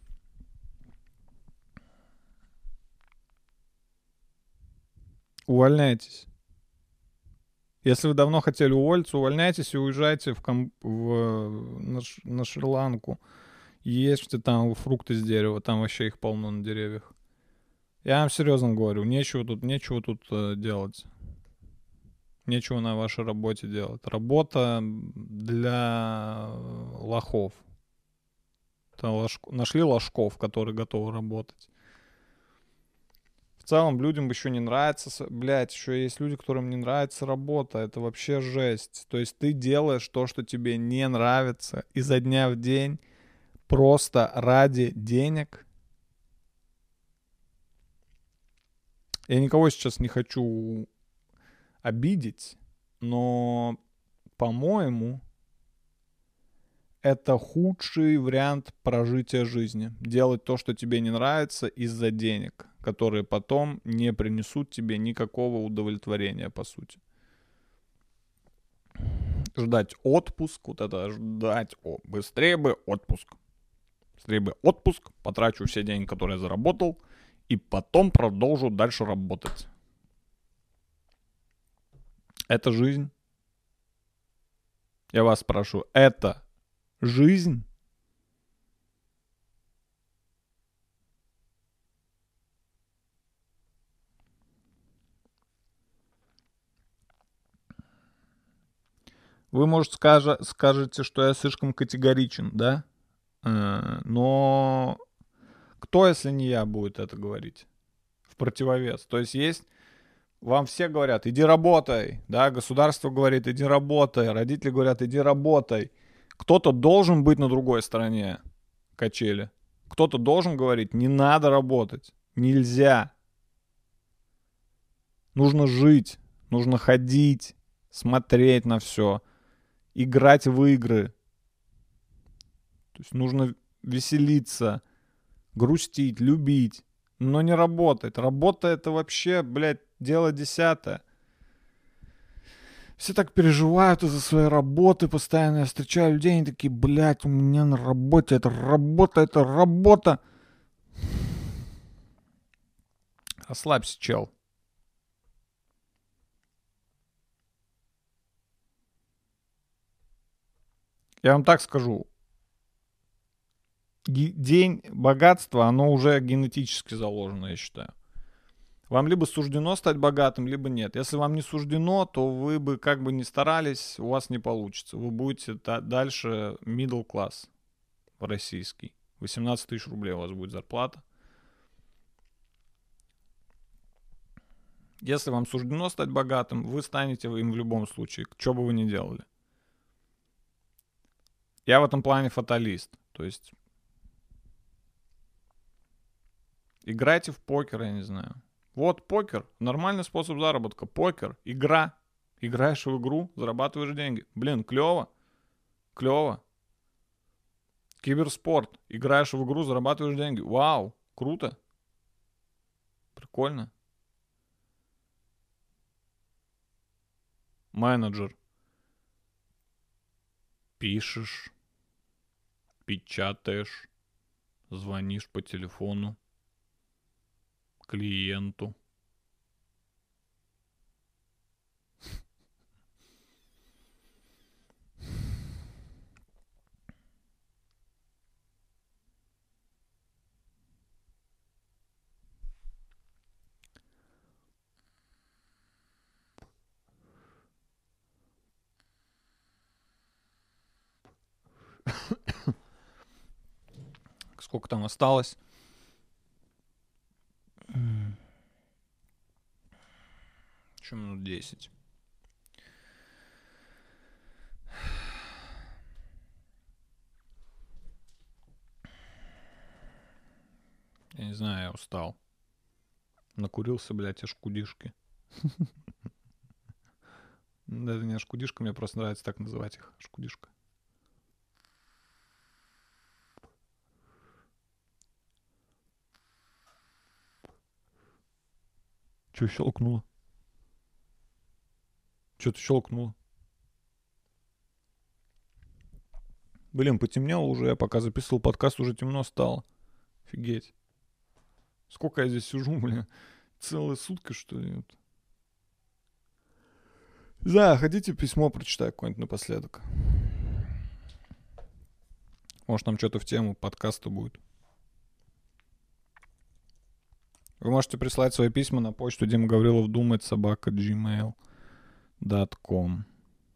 Увольняйтесь. Если вы давно хотели уволиться, увольняйтесь и уезжайте в ком- в, на, Ш- на Шри-Ланку. Ешьте там фрукты с дерева, там вообще их полно на деревьях. Я вам серьезно говорю, нечего тут, нечего тут э, делать. Нечего на вашей работе делать. Работа для лохов. Это ложк... Нашли ложков, которые готовы работать. В целом людям еще не нравится, блядь, еще есть люди, которым не нравится работа, это вообще жесть. То есть ты делаешь то, что тебе не нравится, изо дня в день, просто ради денег. Я никого сейчас не хочу обидеть, но, по-моему, это худший вариант прожития жизни. Делать то, что тебе не нравится из-за денег, которые потом не принесут тебе никакого удовлетворения, по сути. Ждать отпуск, вот это ждать, о, быстрее бы отпуск. Быстрее бы отпуск, потрачу все деньги, которые я заработал, и потом продолжу дальше работать. Это жизнь? Я вас спрашиваю, это жизнь? Вы, может, скажа, скажете, что я слишком категоричен, да? Э, Но кто, если не я, будет это говорить в противовес? То есть есть, вам все говорят, иди работай, да, государство говорит, иди работай, родители говорят, иди работай. Кто-то должен быть на другой стороне качели. Кто-то должен говорить, не надо работать, нельзя. Нужно жить, нужно ходить, смотреть на все, играть в игры. То есть нужно веселиться, грустить, любить, но не работать. Работа — это вообще, блядь, дело десятое. Все так переживают из-за своей работы постоянно. Я встречаю людей, они такие, блядь, у меня на работе, это работа, это работа. Расслабься, чел. Я вам так скажу. День богатства, оно уже генетически заложено, я считаю. Вам либо суждено стать богатым, либо нет. Если вам не суждено, то вы бы как бы ни старались, у вас не получится. Вы будете та- дальше middle class российский. восемнадцать тысяч рублей у вас будет зарплата. Если вам суждено стать богатым, вы станете им в любом случае, что бы вы ни делали. Я в этом плане фаталист. То есть играйте в покер, я не знаю. Вот покер, нормальный способ заработка. Покер, игра. Играешь в игру, зарабатываешь деньги. Блин, клево. Клево. Киберспорт. Играешь в игру, зарабатываешь деньги. Вау, круто. Прикольно. Менеджер. Пишешь, печатаешь, звонишь по телефону клиенту. Сколько там осталось? Еще минут десять. Я не знаю, я устал. Накурился, блядь, аж кудишки. Даже не ашкудишка, мне просто нравится так называть их. Ашкудишка. Че щелкнуло? Что-то щелкнуло. Блин, потемнело уже. Я пока записывал подкаст, уже темно стало. Офигеть. Сколько я здесь сижу, блин? Целые сутки, что ли? Да, хотите письмо прочитаю какое-нибудь напоследок? Может, там что-то в тему подкаста будет. Вы можете прислать свои письма на почту Дима Гаврилов думает собака gmail точка ком.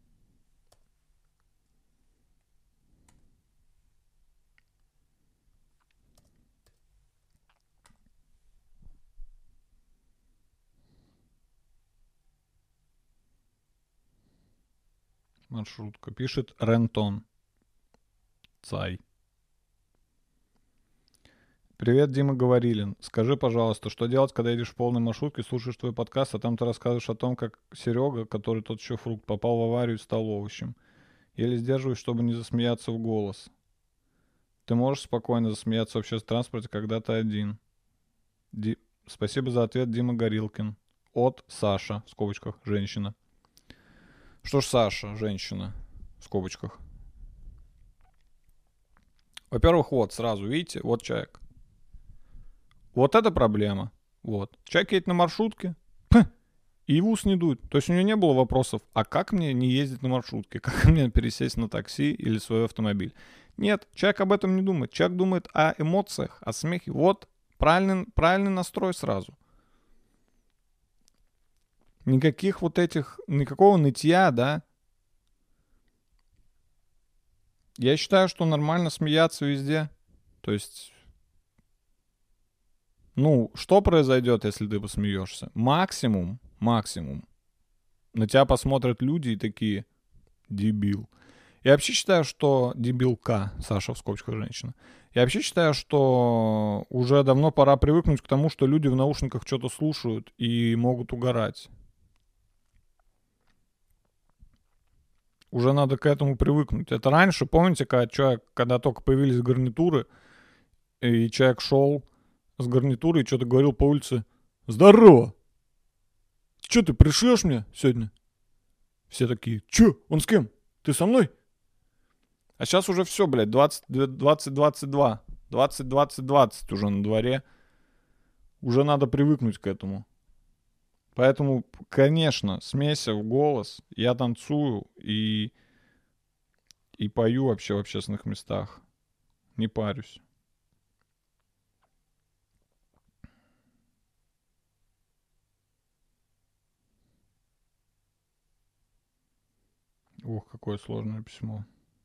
Маршрутка. Пишет Рентон. Цай. Привет, Дима Говорилин. Скажи, пожалуйста, что делать, когда едешь в полной маршрутке, слушаешь твой подкаст, а там ты рассказываешь о том, как Серега, который тот еще фрукт, попал в аварию и стал овощем. Еле сдерживаюсь, чтобы не засмеяться в голос. Ты можешь спокойно засмеяться в общественном транспорте, когда ты один. Ди... Спасибо за ответ, Дима Горилкин. От Саша, в скобочках, женщина. Что ж, Саша, женщина, в скобочках. Во-первых, вот, сразу, видите, вот человек. Вот это проблема. Вот. Человек едет на маршрутке, пх, и в ус не дует. То есть у него не было вопросов, а как мне не ездить на маршрутке? Как мне пересесть на такси или свой автомобиль? Нет, человек об этом не думает. Человек думает о эмоциях, о смехе. Вот, правильный, правильный настрой сразу. Никаких вот этих, никакого нытья, да. Я считаю, что нормально смеяться везде. То есть, ну, что произойдет, если ты посмеешься? Максимум, максимум. На тебя посмотрят люди и такие: дебил. Я вообще считаю, что дебилка, Саша в скобочках женщина. Я вообще считаю, что уже давно пора привыкнуть к тому, что люди в наушниках что-то слушают и могут угорать. Уже надо к этому привыкнуть. Это раньше, помните, когда человек, когда только появились гарнитуры, и человек шел с гарнитурой и что-то говорил по улице: здорово! Че ты пришлешь мне сегодня? Все такие: че? Он с кем? Ты со мной? А сейчас уже все, блядь, двадцать двадцать двадцать два. двадцать двадцать двадцать уже на дворе. Уже надо привыкнуть к этому. Поэтому, конечно, смейся в голос. Я танцую и, и пою вообще в общественных местах. Не парюсь. Ох, какое сложное письмо.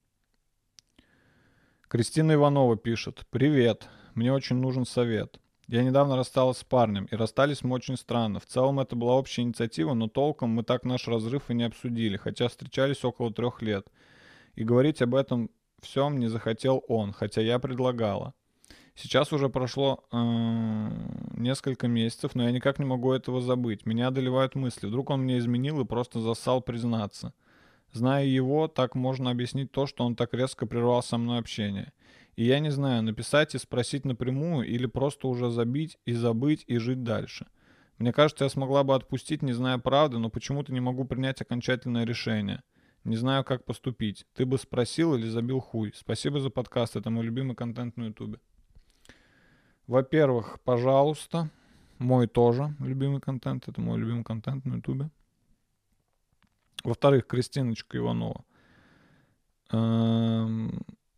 Кристина Иванова пишет: «Привет, мне очень нужен совет. Я недавно рассталась с парнем, и расстались мы очень странно. В целом это была общая инициатива, но толком мы так наш разрыв и не обсудили, хотя встречались около трех лет. И говорить об этом всем не захотел он, хотя я предлагала. Сейчас уже прошло э, несколько месяцев, но я никак не могу этого забыть. Меня одолевают мысли. Вдруг он мне изменил и просто зассал признаться. Зная его, так можно объяснить то, что он так резко прервал со мной общение. И я не знаю, написать и спросить напрямую или просто уже забить и забыть и жить дальше. Мне кажется, я смогла бы отпустить, не зная правды, но почему-то не могу принять окончательное решение. Не знаю, как поступить. Ты бы спросил или забил хуй. Спасибо за подкаст, это мой любимый контент на ютубе». Во-первых, пожалуйста, мой тоже любимый контент, это мой любимый контент на ютубе. Во-вторых, Кристиночка Иванова. Эм...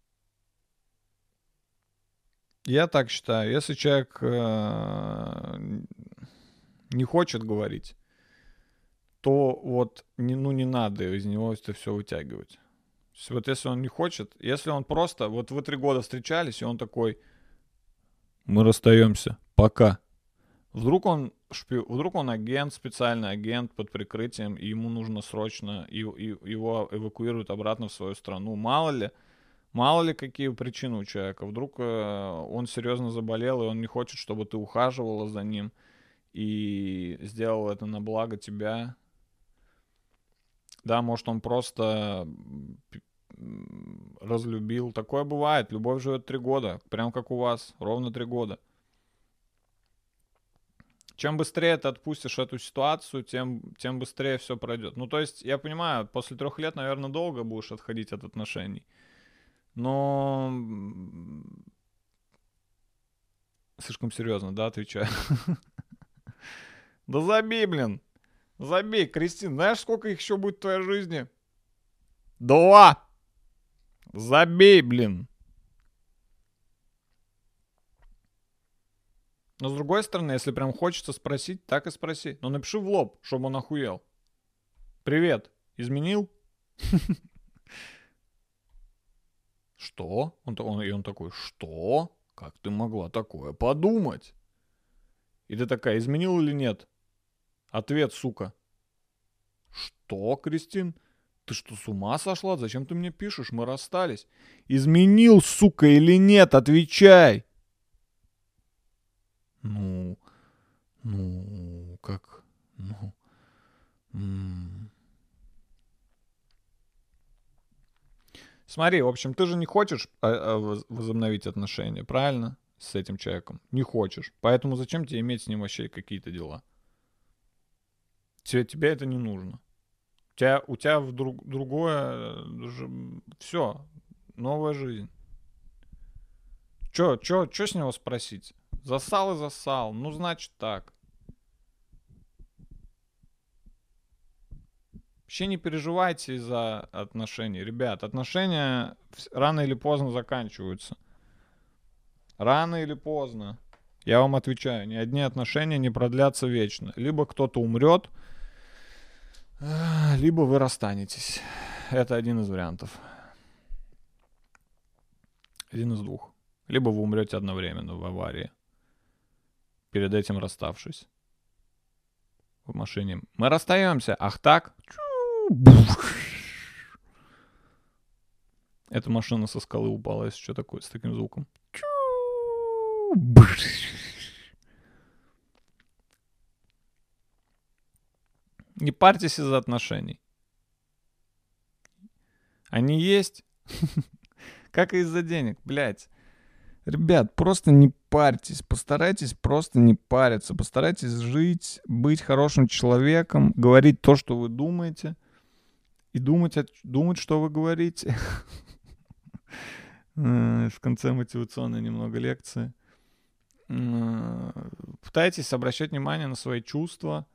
Я так считаю, если человек э, не хочет говорить, то вот не, ну, не надо из него это все вытягивать. То есть вот если он не хочет, если он просто, вот вы три года встречались, и он такой: мы расстаемся, пока. Вдруг он, шпи... Вдруг он агент, специальный агент под прикрытием, и ему нужно срочно, и, и его эвакуируют обратно в свою страну. Мало ли, мало ли какие причины у человека. Вдруг э, он серьезно заболел, и он не хочет, чтобы ты ухаживала за ним, и сделал это на благо тебя. Да, может, он просто разлюбил. Такое бывает. Любовь живет три года. Прям как у вас. Ровно три года. Чем быстрее ты отпустишь эту ситуацию, тем, тем быстрее все пройдет. Ну, то есть, я понимаю, после трех лет, наверное, долго будешь отходить от отношений. Но... Слишком серьезно, да, отвечаю? Да забей, блин. Забей, Кристин. Знаешь, сколько их еще будет в твоей жизни? Два. Забей, блин. Но с другой стороны, если прям хочется спросить, так и спроси. Но напиши в лоб, чтобы он охуел. Привет. Изменил? Что? Он, он, и он такой: что? Как ты могла такое подумать? И ты такая: изменил или нет? Ответ, сука. Что, Кристин? Ты что, с ума сошла? Зачем ты мне пишешь? Мы расстались. Изменил, сука, или нет? Отвечай. Ну, ну, как, ну, м- Смотри, в общем, ты же не хочешь а, а, возобновить отношения, правильно? С этим человеком. Не хочешь. Поэтому зачем тебе иметь с ним вообще какие-то дела? Тебе, тебе это не нужно. У тебя, у тебя в друг, другое... Все. Новая жизнь. Чё, чё, чё с него спросить? Засал и засал. Ну, значит так. Вообще не переживайте из-за отношений. Ребят, отношения рано или поздно заканчиваются. Рано или поздно. Я вам отвечаю, ни одни отношения не продлятся вечно. Либо кто-то умрет, либо вы расстанетесь. Это один из вариантов. Один из двух. Либо вы умрете одновременно в аварии, перед этим расставшись в машине. Мы расстаемся. Ах так? Эта машина со скалы упала, если что такое, с таким звуком. Не парьтесь из-за отношений. Они есть, как и из-за денег, блядь. Ребят, просто не парьтесь, постарайтесь просто не париться, постарайтесь жить, быть хорошим человеком, говорить то, что вы думаете, и думать, думать, что вы говорите. В конце мотивационной немного лекции. Пытайтесь обращать внимание на свои чувства,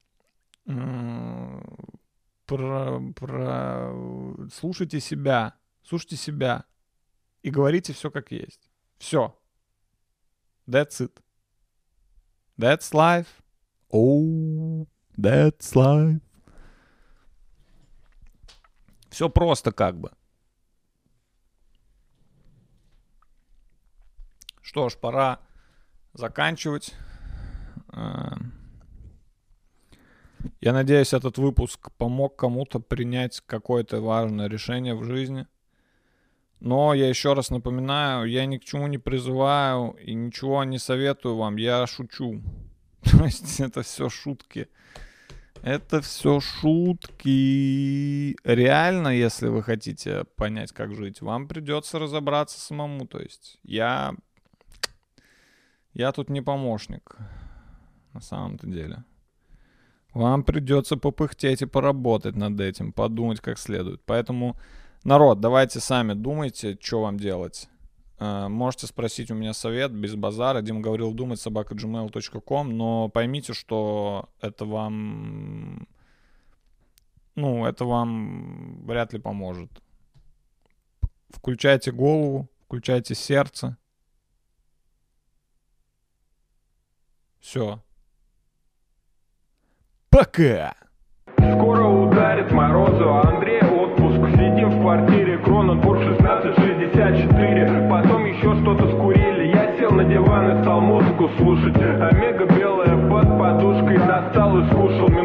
про, про... слушайте себя, слушайте себя и говорите все как есть. Все. That's it. That's life. Oh, that's life. Все просто как бы. Что ж, пора заканчивать. Я надеюсь, этот выпуск помог кому-то принять какое-то важное решение в жизни. Но я еще раз напоминаю, я ни к чему не призываю и ничего не советую вам, я шучу. То есть это все шутки. Это все шутки. Реально, если вы хотите понять, как жить, вам придется разобраться самому. То есть я... Я тут не помощник, на самом-то деле. Вам придется попыхтеть и поработать над этим, подумать как следует. Поэтому... Народ, давайте сами думайте, что вам делать. Uh, можете спросить у меня совет без базара. Дима говорил думать собака джи мейл точка ком, но поймите, что это вам, ну, это вам вряд ли поможет. Включайте голову, включайте сердце. Все. Пока! Скоро ударит морозу, а Андрей отпуск. Сидим в квартире, Кроненбург шестнадцать шестьдесят четыре. Потом еще что-то скурили. Я сел на диван и стал музыку слушать. Омега белая под подушкой достал и скушал.